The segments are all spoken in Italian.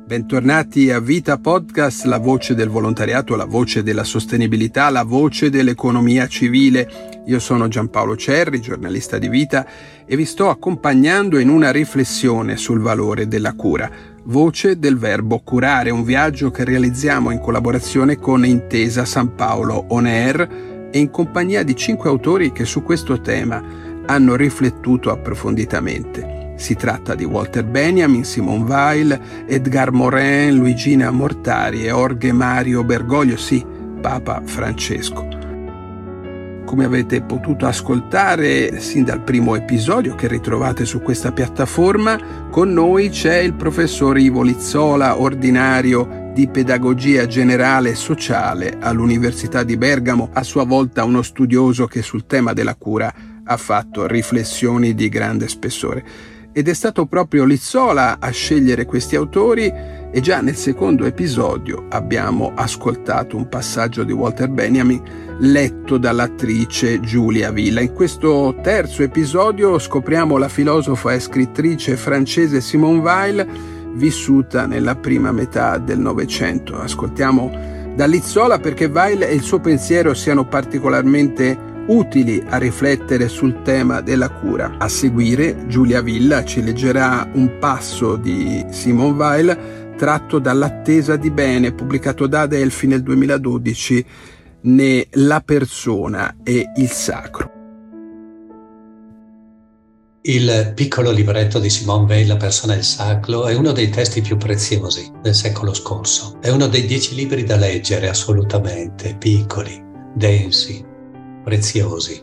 Bentornati a Vita Podcast, la voce del volontariato, la voce della sostenibilità, la voce dell'economia civile. Io sono Giampaolo Cerri, giornalista di Vita, e vi sto accompagnando in una riflessione sul valore della cura. Voce del verbo curare, un viaggio che realizziamo in collaborazione con Intesa San Paolo On Air e in compagnia di 5 autori che su questo tema hanno riflettuto approfonditamente. Si tratta di Walter Benjamin, Simone Weil, Edgar Morin, Luigina Mortari e Jorge Mario Bergoglio, sì, Papa Francesco. Come avete potuto ascoltare sin dal primo episodio che ritrovate su questa piattaforma, con noi c'è il professor Ivo Lizzola, ordinario di Pedagogia Generale e Sociale all'Università di Bergamo, a sua volta uno studioso che sul tema della cura ha fatto riflessioni di grande spessore. Ed è stato proprio Lizzola a scegliere questi autori e già nel secondo episodio abbiamo ascoltato un passaggio di Walter Benjamin letto dall'attrice Giulia Villa. In questo terzo episodio scopriamo la filosofa e scrittrice francese Simone Weil, vissuta nella prima metà del Novecento. Ascoltiamo da Lizzola perché Weil e il suo pensiero siano particolarmente utili a riflettere sul tema della cura. A seguire Giulia Villa ci leggerà un passo di Simone Weil tratto dall'Attesa di bene, pubblicato da Adelphi nel 2012, né La persona e il sacro. Il piccolo libretto di Simone Weil, La persona e il sacro, è uno dei testi più preziosi del secolo scorso. È uno dei 10 libri da leggere, assolutamente, piccoli, densi, preziosi.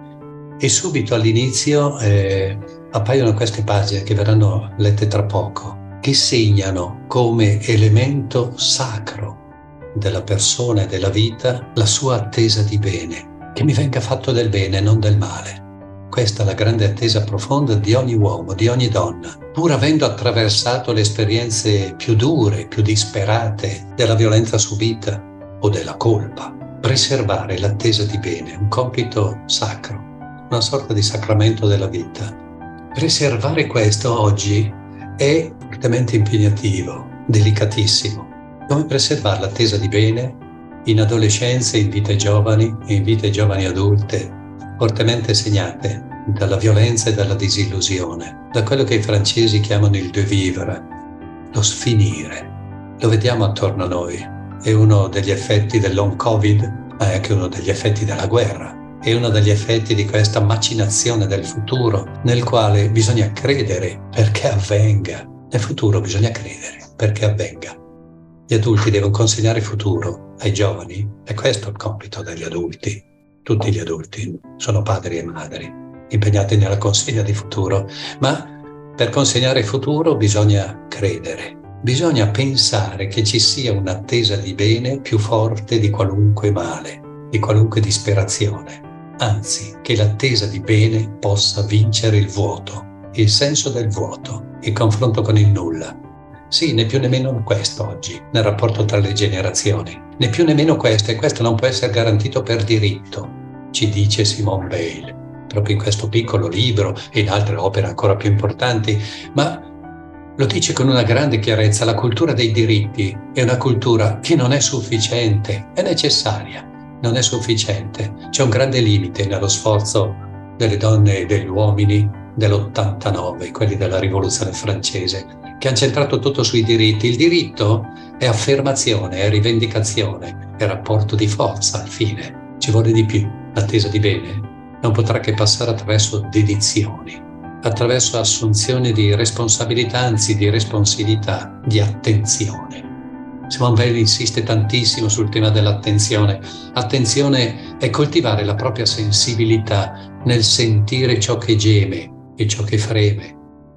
E subito all'inizio appaiono queste pagine che verranno lette tra poco, che segnano come elemento sacro della persona e della vita la sua attesa di bene, che mi venga fatto del bene, non del male. Questa è la grande attesa profonda di ogni uomo, di ogni donna, pur avendo attraversato le esperienze più dure, più disperate della violenza subita o della colpa. Preservare l'attesa di bene, un compito sacro, una sorta di sacramento della vita. Preservare questo oggi è fortemente impegnativo, delicatissimo. Come preservare l'attesa di bene in adolescenza, in vite giovani e in vite giovani adulte, fortemente segnate dalla violenza e dalla disillusione, da quello che i francesi chiamano il de vivre, lo sfinire. Lo vediamo attorno a noi. È uno degli effetti del long covid, ma è anche uno degli effetti della guerra. È uno degli effetti di questa macinazione del futuro, nel quale bisogna credere perché avvenga. Nel futuro bisogna credere perché avvenga. Gli adulti devono consegnare il futuro ai giovani, e questo è il compito degli adulti. Tutti gli adulti sono padri e madri, impegnati nella consegna di futuro, ma per consegnare il futuro bisogna credere. Bisogna pensare che ci sia un'attesa di bene più forte di qualunque male, di qualunque disperazione. Anzi, che l'attesa di bene possa vincere il vuoto, il senso del vuoto, il confronto con il nulla. Sì, né più né meno questo oggi, nel rapporto tra le generazioni. Né più né meno questo, e questo non può essere garantito per diritto, ci dice Simone Weil, proprio in questo piccolo libro e in altre opere ancora più importanti, ma lo dice con una grande chiarezza: la cultura dei diritti è una cultura che non è sufficiente, è necessaria, non è sufficiente. C'è un grande limite nello sforzo delle donne e degli uomini dell'89, quelli della Rivoluzione francese, che hanno centrato tutto sui diritti. Il diritto è affermazione, è rivendicazione, è rapporto di forza al fine. Ci vuole di più. L'attesa di bene non potrà che passare attraverso dedizioni, attraverso assunzioni di responsabilità, anzi di responsività, di attenzione. Simone Weil insiste tantissimo sul tema dell'attenzione. Attenzione è coltivare la propria sensibilità nel sentire ciò che geme e ciò che freme,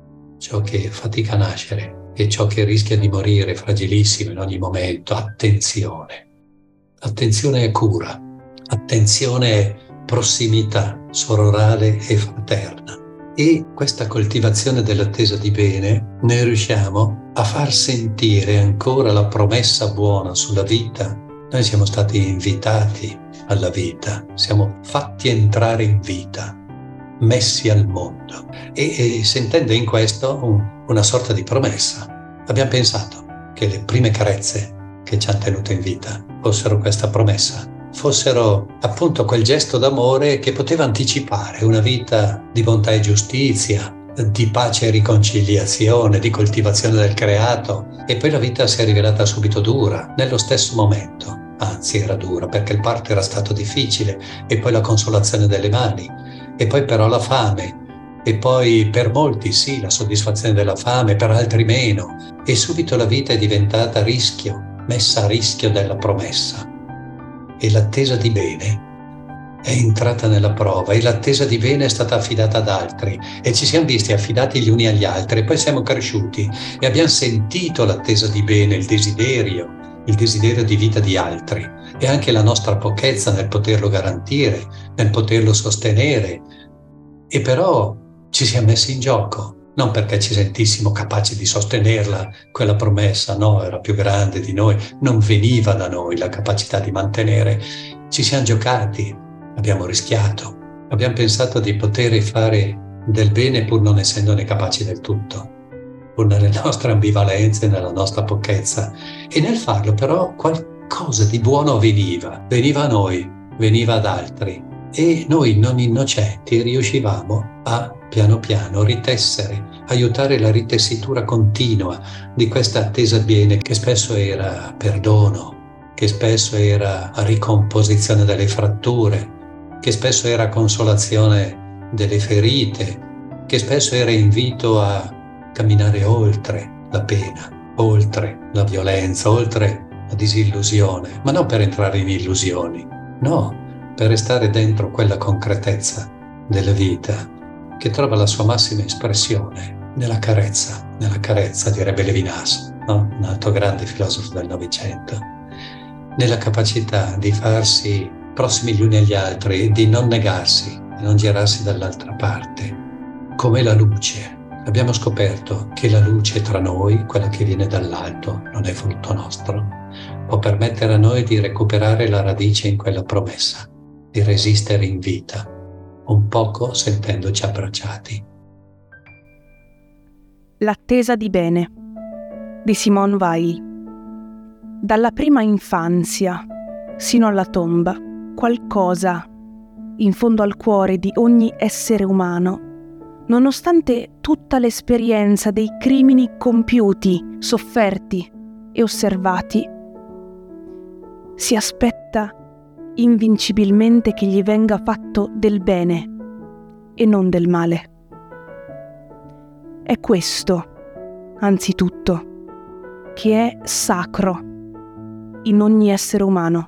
ciò che fatica a nascere e ciò che rischia di morire fragilissimo in ogni momento. Attenzione. Attenzione è cura. Attenzione è prossimità sororale e fraterna. E questa coltivazione dell'attesa di bene noi riusciamo a far sentire ancora la promessa buona sulla vita. Noi siamo stati invitati alla vita, siamo fatti entrare in vita, messi al mondo e sentendo in questo una sorta di promessa. Abbiamo pensato che le prime carezze che ci hanno tenuto in vita fossero questa promessa, fossero appunto quel gesto d'amore che poteva anticipare una vita di bontà e giustizia, di pace e riconciliazione, di coltivazione del creato. E poi la vita si è rivelata subito dura, nello stesso momento. Anzi, era dura perché il parto era stato difficile, e poi la consolazione delle mani, e poi però la fame, e poi per molti sì, la soddisfazione della fame, per altri meno. E subito la vita è diventata rischio, messa a rischio della promessa. E l'attesa di bene è entrata nella prova, e l'attesa di bene è stata affidata ad altri, e ci siamo visti affidati gli uni agli altri, e poi siamo cresciuti e abbiamo sentito l'attesa di bene, il desiderio di vita di altri, e anche la nostra pochezza nel poterlo garantire, nel poterlo sostenere. E però ci siamo messi in gioco, non perché ci sentissimo capaci di sostenerla, quella promessa, no, era più grande di noi, non veniva da noi la capacità di mantenere. Ci siamo giocati, abbiamo rischiato, abbiamo pensato di poter fare del bene pur non essendone capaci del tutto, pur nelle nostre ambivalenze, nella nostra pochezza. E nel farlo però qualcosa di buono veniva a noi, veniva ad altri, e noi non innocenti riuscivamo a piano piano ritessere, aiutare la ritessitura continua di questa attesa bene, che spesso era perdono, che spesso era ricomposizione delle fratture, che spesso era consolazione delle ferite, che spesso era invito a camminare oltre la pena, oltre la violenza, oltre la disillusione, ma non per entrare in illusioni, no, per restare dentro quella concretezza della vita che trova la sua massima espressione nella carezza, direbbe Levinas, no? Un altro grande filosofo del Novecento, nella capacità di farsi prossimi gli uni agli altri e di non negarsi, di non girarsi dall'altra parte, come la luce. Abbiamo scoperto che la luce tra noi, quella che viene dall'alto, non è frutto nostro, può permettere a noi di recuperare la radice in quella promessa, di resistere in vita, un poco sentendoci abbracciati. L'attesa di bene di Simone Weil. Dalla prima infanzia sino alla tomba, qualcosa in fondo al cuore di ogni essere umano, nonostante tutta l'esperienza dei crimini compiuti, sofferti e osservati, si aspetta invincibilmente che gli venga fatto del bene e non del male. È questo, anzitutto, che è sacro in ogni essere umano.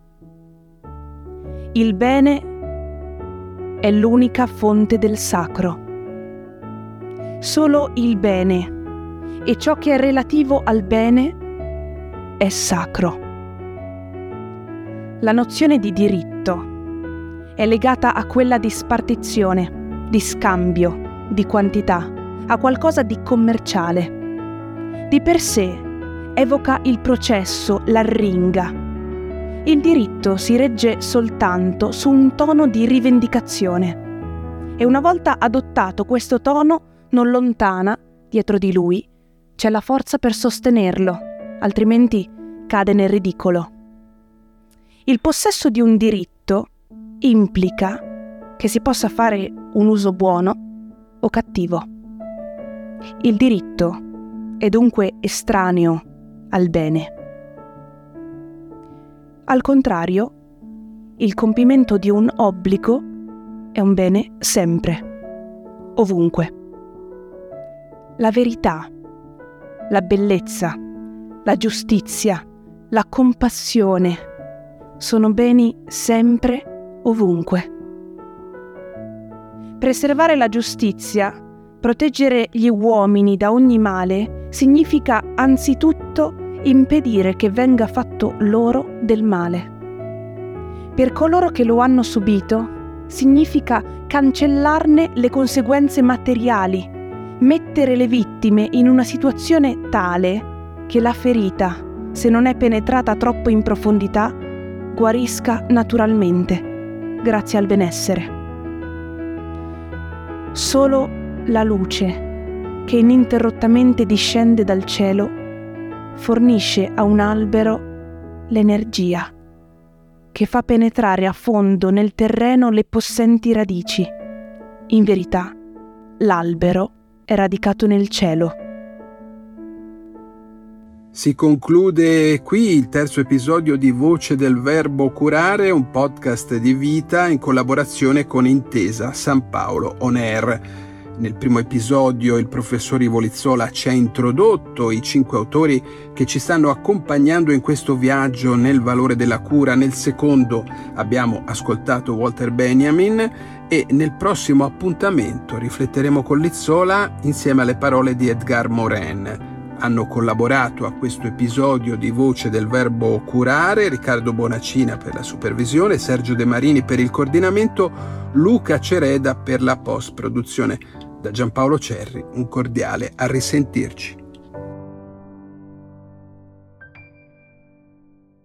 Il bene è l'unica fonte del sacro. Solo il bene e ciò che è relativo al bene è sacro. La nozione di diritto è legata a quella di spartizione, di scambio, di quantità, a qualcosa di commerciale. Di per sé evoca il processo, l'arringa. Il diritto si regge soltanto su un tono di rivendicazione, e una volta adottato questo tono, non lontana, dietro di lui, c'è la forza per sostenerlo, altrimenti cade nel ridicolo. Il possesso di un diritto implica che si possa fare un uso buono o cattivo. Il diritto è dunque estraneo al bene. Al contrario, il compimento di un obbligo è un bene sempre, ovunque. La verità, la bellezza, la giustizia, la compassione sono beni sempre, ovunque. Preservare la giustizia, proteggere gli uomini da ogni male, significa anzitutto impedire che venga fatto loro del male. Per coloro che lo hanno subito, significa cancellarne le conseguenze materiali, mettere le vittime in una situazione tale che la ferita, se non è penetrata troppo in profondità, guarisca naturalmente, grazie al benessere. Solo la luce, che ininterrottamente discende dal cielo, fornisce a un albero l'energia che fa penetrare a fondo nel terreno le possenti radici. In verità, l'albero è radicato nel cielo. Si conclude qui il terzo episodio di Voce del Verbo Curare, un podcast di vita in collaborazione con Intesa San Paolo On Air. Nel primo episodio il professor Ivo Lizzola ci ha introdotto i 5 autori che ci stanno accompagnando in questo viaggio nel valore della cura. Nel secondo abbiamo ascoltato Walter Benjamin e nel prossimo appuntamento rifletteremo con Lizzola insieme alle parole di Edgar Morin. Hanno collaborato a questo episodio di Voce del Verbo Curare Riccardo Bonacina per la supervisione, Sergio De Marini per il coordinamento, Luca Cereda per la post-produzione. Da Giampaolo Cerri un cordiale a risentirci.